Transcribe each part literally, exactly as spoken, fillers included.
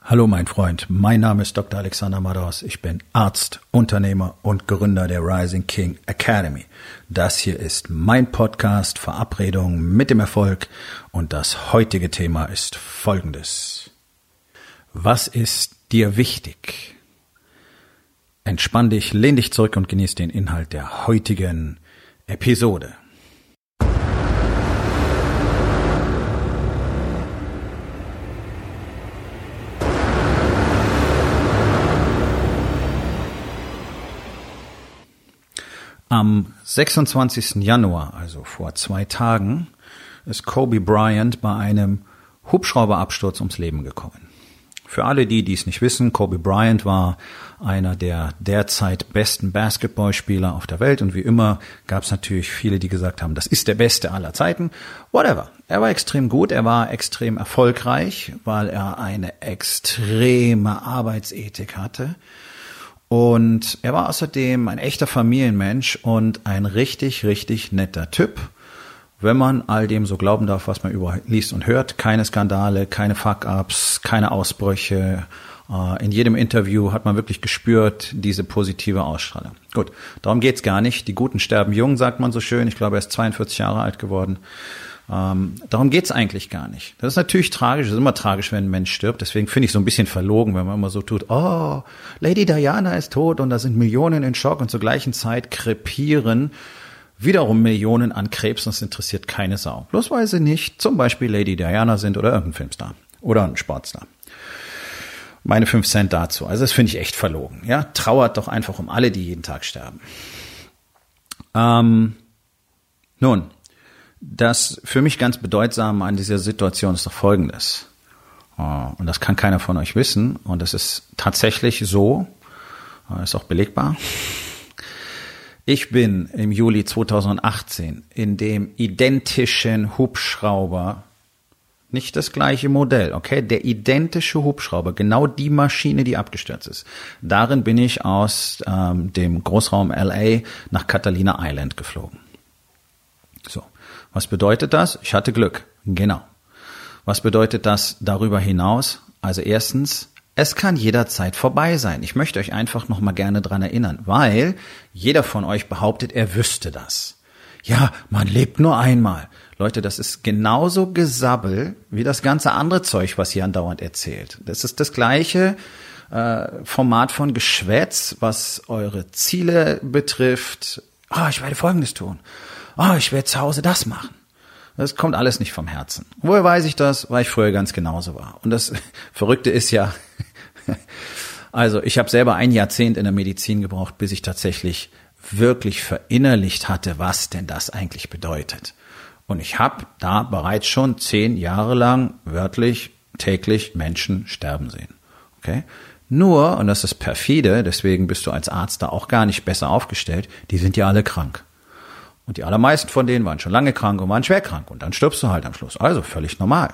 Hallo mein Freund, mein Name ist Doktor Alexander Madaus. Ich bin Arzt, Unternehmer und Gründer der Rising King Academy. Das hier ist mein Podcast Verabredung mit dem Erfolg und das heutige Thema ist folgendes. Was ist dir wichtig? Entspann dich, lehn dich zurück und genieß den Inhalt der heutigen Episode. Am sechsundzwanzigsten Januar, also vor zwei Tagen, ist Kobe Bryant bei einem Hubschrauberabsturz ums Leben gekommen. Für alle die, die es nicht wissen, Kobe Bryant war einer der derzeit besten Basketballspieler auf der Welt und wie immer gab es natürlich viele, die gesagt haben, das ist der Beste aller Zeiten. Whatever. Er war extrem gut, er war extrem erfolgreich, weil er eine extreme Arbeitsethik hatte. Und er war außerdem ein echter Familienmensch und ein richtig, richtig netter Typ. Wenn man all dem so glauben darf, was man überall liest und hört. Keine Skandale, keine Fuck-ups, keine Ausbrüche. In jedem Interview hat man wirklich gespürt, diese positive Ausstrahlung. Gut, darum geht's gar nicht. Die Guten sterben jung, sagt man so schön. Ich glaube, er ist zweiundvierzig Jahre alt geworden. Ähm, darum geht's eigentlich gar nicht. Das ist natürlich tragisch, es ist immer tragisch, wenn ein Mensch stirbt. Deswegen finde ich so ein bisschen verlogen, wenn man immer so tut, oh, Lady Diana ist tot und da sind Millionen in Schock und zur gleichen Zeit krepieren wiederum Millionen an Krebs und es interessiert keine Sau. Bloß weil sie nicht zum Beispiel Lady Diana sind oder irgendein Filmstar oder ein Sportstar. Meine fünf Cent dazu. Also das finde ich echt verlogen. Ja, trauert doch einfach um alle, die jeden Tag sterben. Ähm, nun, das für mich ganz Bedeutsame an dieser Situation ist doch Folgendes. Und das kann keiner von euch wissen. Und das ist tatsächlich so, ist auch belegbar. Ich bin im Juli zweitausendachtzehn in dem identischen Hubschrauber, nicht das gleiche Modell, okay, der identische Hubschrauber, genau die Maschine, die abgestürzt ist. Darin bin ich aus ähm, dem Großraum L A nach Catalina Island geflogen. So. Was bedeutet das? Ich hatte Glück. Genau. Was bedeutet das darüber hinaus? Also erstens, es kann jederzeit vorbei sein. Ich möchte euch einfach noch mal gerne dran erinnern, weil jeder von euch behauptet, er wüsste das. Ja, man lebt nur einmal. Leute, das ist genauso Gesabbel wie das ganze andere Zeug, was ihr andauernd erzählt. Das ist das gleiche äh, Format von Geschwätz, was eure Ziele betrifft. Ah, oh, ich werde Folgendes tun. Ah, oh, ich werde zu Hause das machen. Das kommt alles nicht vom Herzen. Woher weiß ich das? Weil ich früher ganz genauso war. Und das Verrückte ist ja, also ich habe selber ein Jahrzehnt in der Medizin gebraucht, bis ich tatsächlich wirklich verinnerlicht hatte, was denn das eigentlich bedeutet. Und ich habe da bereits schon zehn Jahre lang wörtlich täglich Menschen sterben sehen. Okay? Nur, und das ist perfide, deswegen bist du als Arzt da auch gar nicht besser aufgestellt, die sind ja alle krank. Und die allermeisten von denen waren schon lange krank und waren schwer krank. Und dann stirbst du halt am Schluss. Also völlig normal.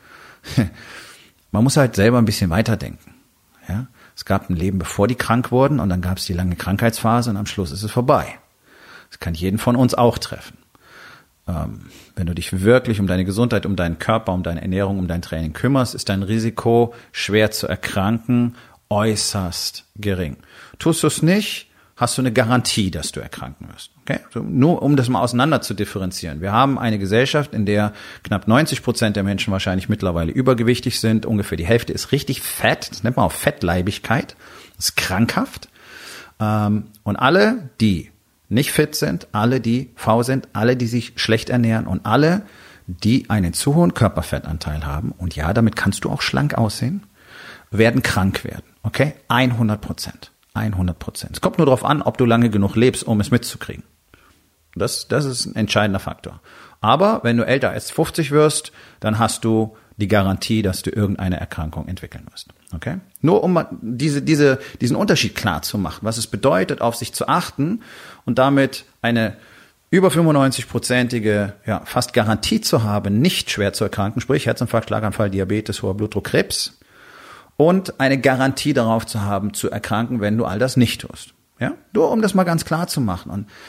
Man muss halt selber ein bisschen weiterdenken. Ja? Es gab ein Leben, bevor die krank wurden. Und dann gab es die lange Krankheitsphase. Und am Schluss ist es vorbei. Das kann jeden von uns auch treffen. Ähm, wenn du dich wirklich um deine Gesundheit, um deinen Körper, um deine Ernährung, um dein Training kümmerst, ist dein Risiko, schwer zu erkranken, äußerst gering. Tust du es nicht, hast du eine Garantie, dass du erkranken wirst. Okay? So, nur um das mal auseinander zu differenzieren. Wir haben eine Gesellschaft, in der knapp neunzig Prozent der Menschen wahrscheinlich mittlerweile übergewichtig sind. Ungefähr die Hälfte ist richtig fett. Das nennt man auch Fettleibigkeit. Das ist krankhaft. Und alle, die nicht fit sind, alle, die faul sind, alle, die sich schlecht ernähren und alle, die einen zu hohen Körperfettanteil haben, und ja, damit kannst du auch schlank aussehen, werden krank werden. Okay? hundert Prozent. hundert Prozent. Es kommt nur darauf an, ob du lange genug lebst, um es mitzukriegen. Das, das ist ein entscheidender Faktor. Aber wenn du älter als fünfzig wirst, dann hast du die Garantie, dass du irgendeine Erkrankung entwickeln wirst. Okay? Nur um diese, diese, diesen Unterschied klar zu machen, was es bedeutet, auf sich zu achten und damit eine über fünfundneunzig-prozentige, ja, fast Garantie zu haben, nicht schwer zu erkranken, sprich Herzinfarkt, Schlaganfall, Diabetes, hoher Blutdruck, Krebs, und eine Garantie darauf zu haben, zu erkranken, wenn du all das nicht tust. Ja? Nur um das mal ganz klar zu machen. Und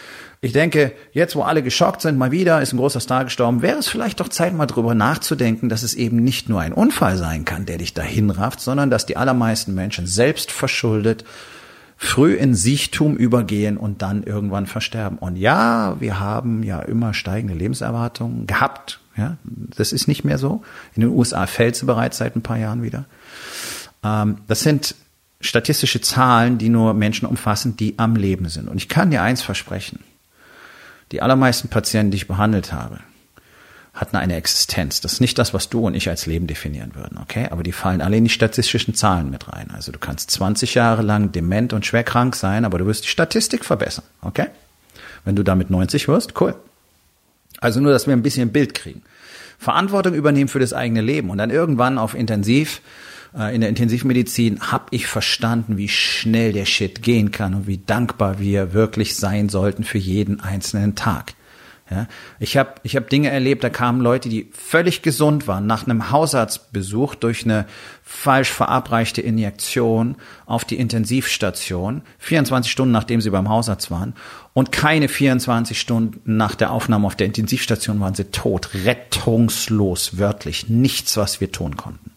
Ich denke, jetzt wo alle geschockt sind, mal wieder ist ein großer Star gestorben, wäre es vielleicht doch Zeit, mal drüber nachzudenken, dass es eben nicht nur ein Unfall sein kann, der dich dahin rafft, sondern dass die allermeisten Menschen selbst verschuldet früh in Siechtum übergehen und dann irgendwann versterben. Und ja, wir haben ja immer steigende Lebenserwartungen gehabt. Ja, das ist nicht mehr so. In den U S A fällt sie bereits seit ein paar Jahren wieder. Ähm, das sind statistische Zahlen, die nur Menschen umfassen, die am Leben sind. Und ich kann dir eins versprechen. Die allermeisten Patienten, die ich behandelt habe, hatten eine Existenz. Das ist nicht das, was du und ich als Leben definieren würden, okay? Aber die fallen alle in die statistischen Zahlen mit rein. Also du kannst zwanzig Jahre lang dement und schwer krank sein, aber du wirst die Statistik verbessern, okay? Wenn du damit neunzig wirst, cool. Also nur, dass wir ein bisschen ein Bild kriegen. Verantwortung übernehmen für das eigene Leben und dann irgendwann auf Intensiv, äh, in der Intensivmedizin, habe ich verstanden, wie schnell der Shit gehen kann und wie dankbar wir wirklich sein sollten für jeden einzelnen Tag. Ja, ich habe ich hab Dinge erlebt, da kamen Leute, die völlig gesund waren, nach einem Hausarztbesuch durch eine falsch verabreichte Injektion auf die Intensivstation, vierundzwanzig Stunden nachdem sie beim Hausarzt waren und keine vierundzwanzig Stunden nach der Aufnahme auf der Intensivstation waren sie tot, rettungslos, wörtlich, nichts, was wir tun konnten.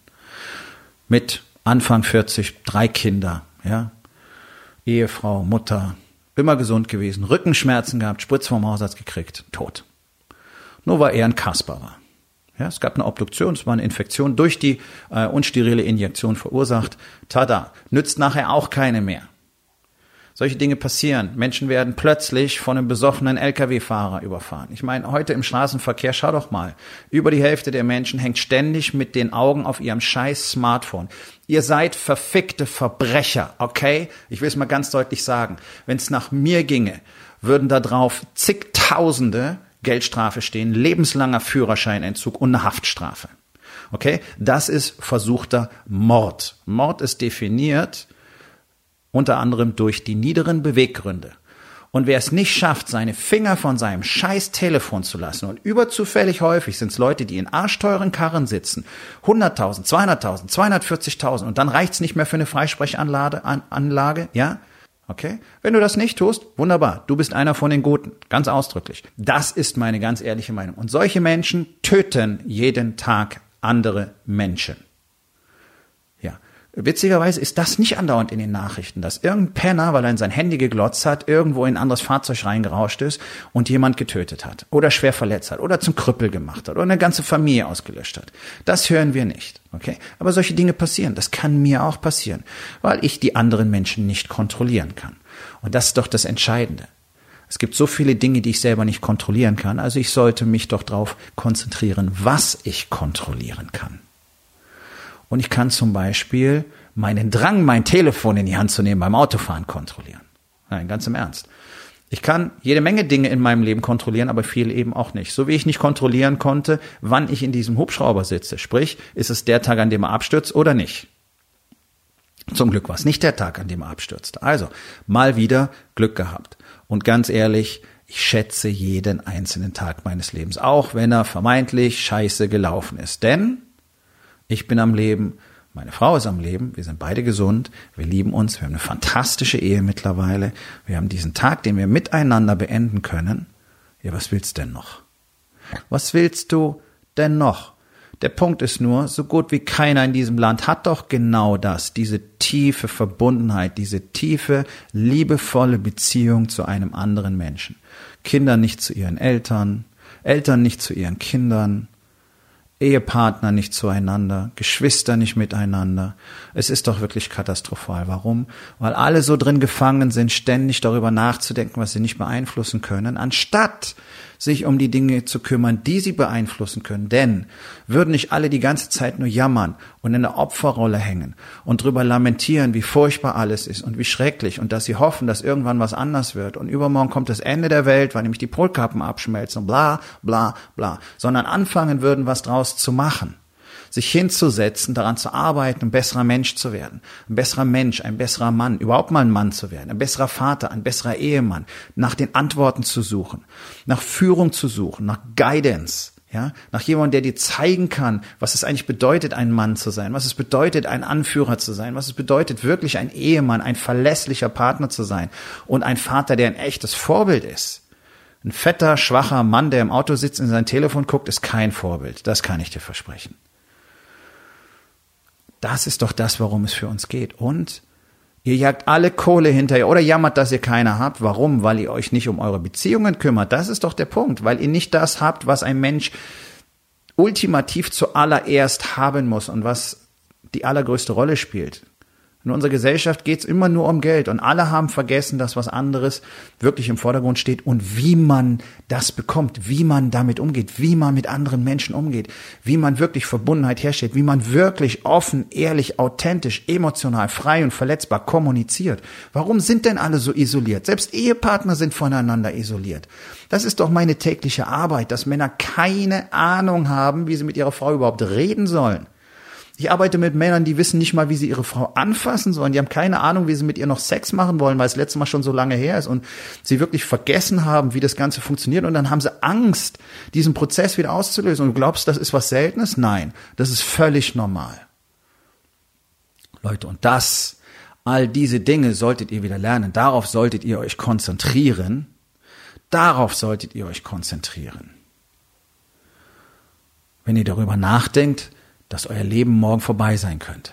Mit Anfang vierzig, drei Kinder, ja, Ehefrau, Mutter, immer gesund gewesen, Rückenschmerzen gehabt, Spritze vom Hausarzt gekriegt, tot. Nur weil er ein Kasper war. Ja, es gab eine Obduktion, es war eine Infektion durch die äh, unsterile Injektion verursacht. Tada, nützt nachher auch keine mehr. Solche Dinge passieren. Menschen werden plötzlich von einem besoffenen L K W-Fahrer überfahren. Ich meine, heute im Straßenverkehr, schau doch mal, über die Hälfte der Menschen hängt ständig mit den Augen auf ihrem scheiß Smartphone. Ihr seid verfickte Verbrecher, okay? Ich will es mal ganz deutlich sagen. Wenn es nach mir ginge, würden da drauf zigtausende Geldstrafe stehen, lebenslanger Führerscheinentzug und eine Haftstrafe. Okay? Das ist versuchter Mord. Mord ist definiert unter anderem durch die niederen Beweggründe. Und wer es nicht schafft, seine Finger von seinem scheiß Telefon zu lassen, und überzufällig häufig sind es Leute, die in arschteuren Karren sitzen, hunderttausend, zweihunderttausend, zweihundertvierzigtausend, und dann reicht's nicht mehr für eine Freisprechanlage, an, Anlage, ja? Okay? Wenn du das nicht tust, wunderbar, du bist einer von den Guten, ganz ausdrücklich. Das ist meine ganz ehrliche Meinung. Und solche Menschen töten jeden Tag andere Menschen. Ja. Witzigerweise ist das nicht andauernd in den Nachrichten, dass irgendein Penner, weil er in sein Handy geglotzt hat, irgendwo in ein anderes Fahrzeug reingerauscht ist und jemand getötet hat oder schwer verletzt hat oder zum Krüppel gemacht hat oder eine ganze Familie ausgelöscht hat. Das hören wir nicht, okay? Aber solche Dinge passieren. Das kann mir auch passieren, weil ich die anderen Menschen nicht kontrollieren kann. Und das ist doch das Entscheidende. Es gibt so viele Dinge, die ich selber nicht kontrollieren kann, also ich sollte mich doch darauf konzentrieren, was ich kontrollieren kann. Und ich kann zum Beispiel meinen Drang, mein Telefon in die Hand zu nehmen beim Autofahren kontrollieren. Nein, ganz im Ernst. Ich kann jede Menge Dinge in meinem Leben kontrollieren, aber viel eben auch nicht. So wie ich nicht kontrollieren konnte, wann ich in diesem Hubschrauber sitze. Sprich, ist es der Tag, an dem er abstürzt oder nicht? Zum Glück war es nicht der Tag, an dem er abstürzte. Also, mal wieder Glück gehabt. Und ganz ehrlich, ich schätze jeden einzelnen Tag meines Lebens, auch wenn er vermeintlich scheiße gelaufen ist. Denn ich bin am Leben, meine Frau ist am Leben, wir sind beide gesund, wir lieben uns, wir haben eine fantastische Ehe mittlerweile, wir haben diesen Tag, den wir miteinander beenden können. Ja, was willst du denn noch? Was willst du denn noch? Der Punkt ist nur, so gut wie keiner in diesem Land hat doch genau das, diese tiefe Verbundenheit, diese tiefe, liebevolle Beziehung zu einem anderen Menschen. Kinder nicht zu ihren Eltern, Eltern nicht zu ihren Kindern, Ehepartner nicht zueinander, Geschwister nicht miteinander. Es ist doch wirklich katastrophal. Warum? Weil alle so drin gefangen sind, ständig darüber nachzudenken, was sie nicht beeinflussen können, anstatt sich um die Dinge zu kümmern, die sie beeinflussen können. Denn würden nicht alle die ganze Zeit nur jammern und in der Opferrolle hängen und drüber lamentieren, wie furchtbar alles ist und wie schrecklich und dass sie hoffen, dass irgendwann was anders wird und übermorgen kommt das Ende der Welt, weil nämlich die Polkappen abschmelzen und bla, bla, bla, sondern anfangen würden, was draus zu machen. Sich hinzusetzen, daran zu arbeiten, ein besserer Mensch zu werden. Ein besserer Mensch, ein besserer Mann, überhaupt mal ein Mann zu werden. Ein besserer Vater, ein besserer Ehemann. Nach den Antworten zu suchen. Nach Führung zu suchen. Nach Guidance. Ja, nach jemandem, der dir zeigen kann, was es eigentlich bedeutet, ein Mann zu sein. Was es bedeutet, ein Anführer zu sein. Was es bedeutet, wirklich ein Ehemann, ein verlässlicher Partner zu sein. Und ein Vater, der ein echtes Vorbild ist. Ein fetter, schwacher Mann, der im Auto sitzt und in sein Telefon guckt, ist kein Vorbild. Das kann ich dir versprechen. Das ist doch das, worum es für uns geht. Und ihr jagt alle Kohle hinterher oder jammert, dass ihr keine habt. Warum? Weil ihr euch nicht um eure Beziehungen kümmert. Das ist doch der Punkt. Weil ihr nicht das habt, was ein Mensch ultimativ zuallererst haben muss und was die allergrößte Rolle spielt. In unserer Gesellschaft geht es immer nur um Geld und alle haben vergessen, dass was anderes wirklich im Vordergrund steht und wie man das bekommt, wie man damit umgeht, wie man mit anderen Menschen umgeht, wie man wirklich Verbundenheit herstellt, wie man wirklich offen, ehrlich, authentisch, emotional, frei und verletzbar kommuniziert. Warum sind denn alle so isoliert? Selbst Ehepartner sind voneinander isoliert. Das ist doch meine tägliche Arbeit, dass Männer keine Ahnung haben, wie sie mit ihrer Frau überhaupt reden sollen. Ich arbeite mit Männern, die wissen nicht mal, wie sie ihre Frau anfassen sollen. Die haben keine Ahnung, wie sie mit ihr noch Sex machen wollen, weil es letztes Mal schon so lange her ist und sie wirklich vergessen haben, wie das Ganze funktioniert. Und dann haben sie Angst, diesen Prozess wieder auszulösen. Und du glaubst, das ist was Seltenes? Nein, das ist völlig normal. Leute, und das, all diese Dinge solltet ihr wieder lernen. Darauf solltet ihr euch konzentrieren. Darauf solltet ihr euch konzentrieren. Wenn ihr darüber nachdenkt, dass euer Leben morgen vorbei sein könnte.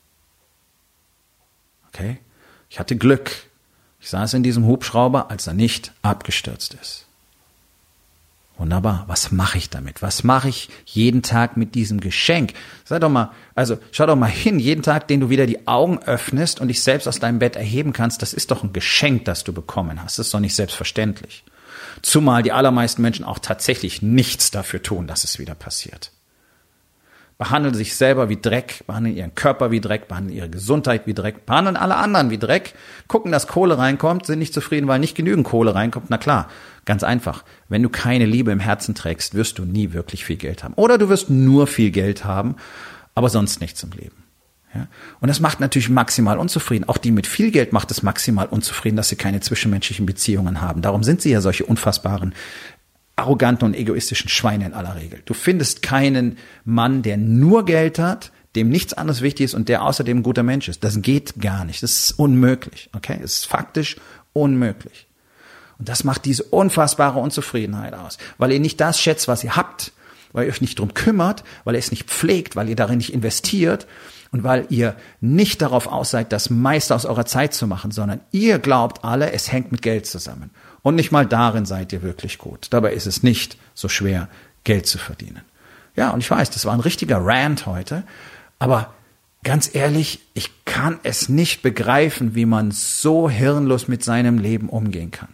Okay? Ich hatte Glück. Ich saß in diesem Hubschrauber, als er nicht abgestürzt ist. Wunderbar. Was mache ich damit? Was mache ich jeden Tag mit diesem Geschenk? Sei doch mal, also schau doch mal hin, jeden Tag, den du wieder die Augen öffnest und dich selbst aus deinem Bett erheben kannst, das ist doch ein Geschenk, das du bekommen hast. Das ist doch nicht selbstverständlich. Zumal die allermeisten Menschen auch tatsächlich nichts dafür tun, dass es wieder passiert. Behandeln sich selber wie Dreck, behandeln ihren Körper wie Dreck, behandeln ihre Gesundheit wie Dreck, behandeln alle anderen wie Dreck, gucken, dass Kohle reinkommt, sind nicht zufrieden, weil nicht genügend Kohle reinkommt. Na klar, ganz einfach. Wenn du keine Liebe im Herzen trägst, wirst du nie wirklich viel Geld haben. Oder du wirst nur viel Geld haben, aber sonst nichts im Leben. Ja? Und das macht natürlich maximal unzufrieden. Auch die mit viel Geld macht es maximal unzufrieden, dass sie keine zwischenmenschlichen Beziehungen haben. Darum sind sie ja solche unfassbaren arroganten und egoistischen Schweine in aller Regel. Du findest keinen Mann, der nur Geld hat, dem nichts anderes wichtig ist und der außerdem ein guter Mensch ist. Das geht gar nicht. Das ist unmöglich. Okay? Es ist faktisch unmöglich. Und das macht diese unfassbare Unzufriedenheit aus, weil ihr nicht das schätzt, was ihr habt, weil ihr euch nicht drum kümmert, weil ihr es nicht pflegt, weil ihr darin nicht investiert und weil ihr nicht darauf aus seid, das meiste aus eurer Zeit zu machen, sondern ihr glaubt alle, es hängt mit Geld zusammen. Und nicht mal darin seid ihr wirklich gut. Dabei ist es nicht so schwer, Geld zu verdienen. Ja, und ich weiß, das war ein richtiger Rant heute, aber ganz ehrlich, ich kann es nicht begreifen, wie man so hirnlos mit seinem Leben umgehen kann.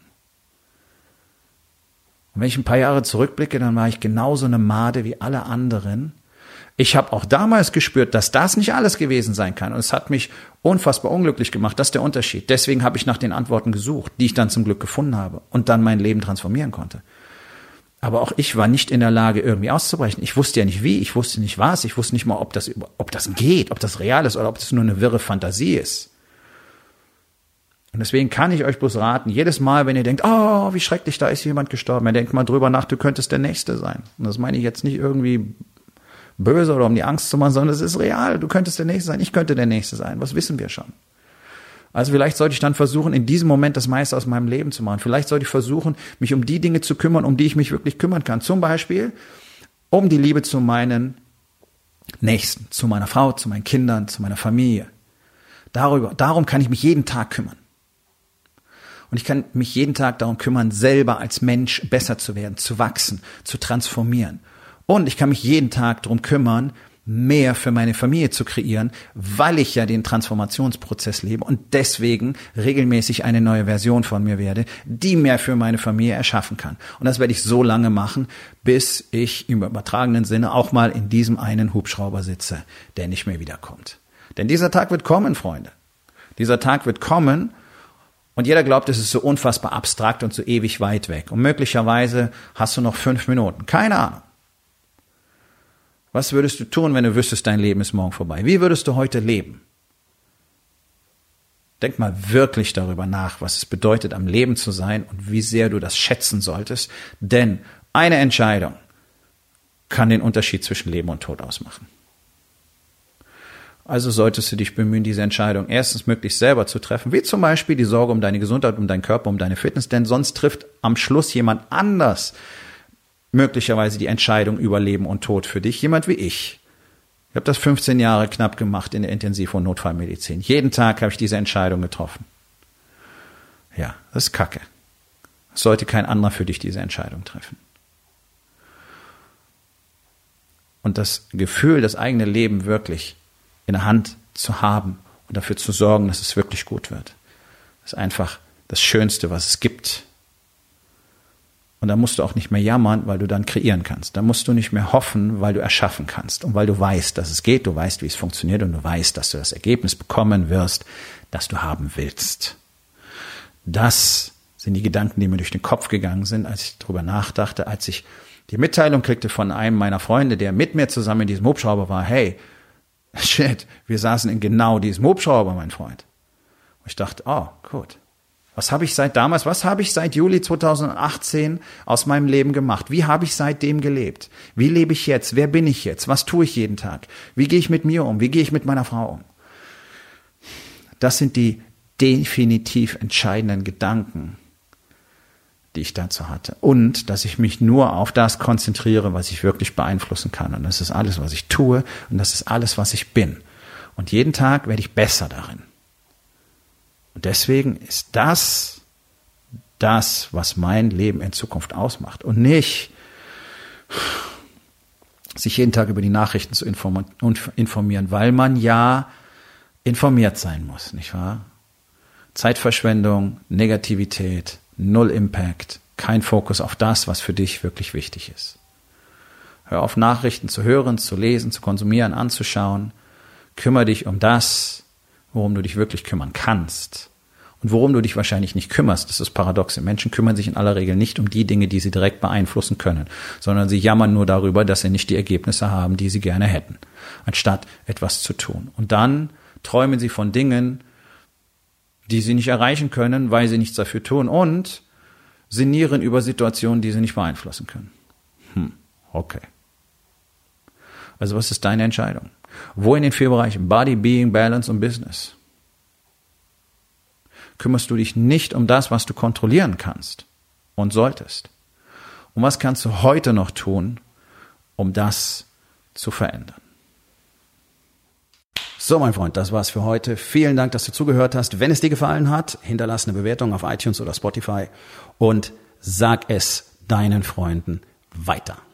Und wenn ich ein paar Jahre zurückblicke, dann war ich genauso eine Made wie alle anderen. Ich habe auch damals gespürt, dass das nicht alles gewesen sein kann. Und es hat mich unfassbar unglücklich gemacht. Das ist der Unterschied. Deswegen habe ich nach den Antworten gesucht, die ich dann zum Glück gefunden habe und dann mein Leben transformieren konnte. Aber auch ich war nicht in der Lage, irgendwie auszubrechen. Ich wusste ja nicht wie, ich wusste nicht was, ich wusste nicht mal, ob das, ob das geht, ob das real ist oder ob das nur eine wirre Fantasie ist. Und deswegen kann ich euch bloß raten, jedes Mal, wenn ihr denkt, oh, wie schrecklich, da ist jemand gestorben, ihr denkt mal drüber nach, du könntest der Nächste sein. Und das meine ich jetzt nicht irgendwie böse oder um die Angst zu machen, sondern es ist real. Du könntest der Nächste sein, ich könnte der Nächste sein. Was wissen wir schon? Also vielleicht sollte ich dann versuchen, in diesem Moment das meiste aus meinem Leben zu machen. Vielleicht sollte ich versuchen, mich um die Dinge zu kümmern, um die ich mich wirklich kümmern kann. Zum Beispiel um die Liebe zu meinen Nächsten, zu meiner Frau, zu meinen Kindern, zu meiner Familie. Darüber, darum kann ich mich jeden Tag kümmern. Und ich kann mich jeden Tag darum kümmern, selber als Mensch besser zu werden, zu wachsen, zu transformieren. Und ich kann mich jeden Tag darum kümmern, mehr für meine Familie zu kreieren, weil ich ja den Transformationsprozess lebe und deswegen regelmäßig eine neue Version von mir werde, die mehr für meine Familie erschaffen kann. Und das werde ich so lange machen, bis ich im übertragenen Sinne auch mal in diesem einen Hubschrauber sitze, der nicht mehr wiederkommt. Denn dieser Tag wird kommen, Freunde. Dieser Tag wird kommen und jeder glaubt, es ist so unfassbar abstrakt und so ewig weit weg. Und möglicherweise hast du noch fünf Minuten. Keine Ahnung. Was würdest du tun, wenn du wüsstest, dein Leben ist morgen vorbei? Wie würdest du heute leben? Denk mal wirklich darüber nach, was es bedeutet, am Leben zu sein und wie sehr du das schätzen solltest. Denn eine Entscheidung kann den Unterschied zwischen Leben und Tod ausmachen. Also solltest du dich bemühen, diese Entscheidung erstens möglichst selber zu treffen, wie zum Beispiel die Sorge um deine Gesundheit, um deinen Körper, um deine Fitness, denn sonst trifft am Schluss jemand anders möglicherweise die Entscheidung über Leben und Tod für dich, jemand wie ich. Ich habe das fünfzehn Jahre knapp gemacht in der Intensiv- und Notfallmedizin. Jeden Tag habe ich diese Entscheidung getroffen. Ja, das ist Kacke. Es sollte kein anderer für dich diese Entscheidung treffen. Und das Gefühl, das eigene Leben wirklich in der Hand zu haben und dafür zu sorgen, dass es wirklich gut wird, ist einfach das Schönste, was es gibt. Und da musst du auch nicht mehr jammern, weil du dann kreieren kannst. Da musst du nicht mehr hoffen, weil du erschaffen kannst. Und weil du weißt, dass es geht, du weißt, wie es funktioniert und du weißt, dass du das Ergebnis bekommen wirst, das du haben willst. Das sind die Gedanken, die mir durch den Kopf gegangen sind, als ich darüber nachdachte, als ich die Mitteilung kriegte von einem meiner Freunde, der mit mir zusammen in diesem Hubschrauber war, hey, shit, wir saßen in genau diesem Hubschrauber, mein Freund. Und ich dachte, oh, gut. Was habe ich seit damals, was habe ich seit Juli zweitausendachtzehn aus meinem Leben gemacht? Wie habe ich seitdem gelebt? Wie lebe ich jetzt? Wer bin ich jetzt? Was tue ich jeden Tag? Wie gehe ich mit mir um? Wie gehe ich mit meiner Frau um? Das sind die definitiv entscheidenden Gedanken, die ich dazu hatte. Und dass ich mich nur auf das konzentriere, was ich wirklich beeinflussen kann. Und das ist alles, was ich tue. Und das ist alles, was ich bin. Und jeden Tag werde ich besser darin. Und deswegen ist das das, was mein Leben in Zukunft ausmacht. Und nicht sich jeden Tag über die Nachrichten zu informieren, weil man ja informiert sein muss, nicht wahr? Zeitverschwendung, Negativität, Null Impact, kein Fokus auf das, was für dich wirklich wichtig ist. Hör auf, Nachrichten zu hören, zu lesen, zu konsumieren, anzuschauen. Kümmere dich um das, worum du dich wirklich kümmern kannst. Und worum du dich wahrscheinlich nicht kümmerst, das ist paradox. Menschen kümmern sich in aller Regel nicht um die Dinge, die sie direkt beeinflussen können, sondern sie jammern nur darüber, dass sie nicht die Ergebnisse haben, die sie gerne hätten, anstatt etwas zu tun. Und dann träumen sie von Dingen, die sie nicht erreichen können, weil sie nichts dafür tun, und sinnieren über Situationen, die sie nicht beeinflussen können. Hm, okay. Also was ist deine Entscheidung? Wo in den vier Bereichen Body, Being, Balance und Business kümmerst du dich nicht um das, was du kontrollieren kannst und solltest? Und was kannst du heute noch tun, um das zu verändern? So, mein Freund, das war's für heute. Vielen Dank, dass du zugehört hast. Wenn es dir gefallen hat, hinterlass eine Bewertung auf iTunes oder Spotify und sag es deinen Freunden weiter.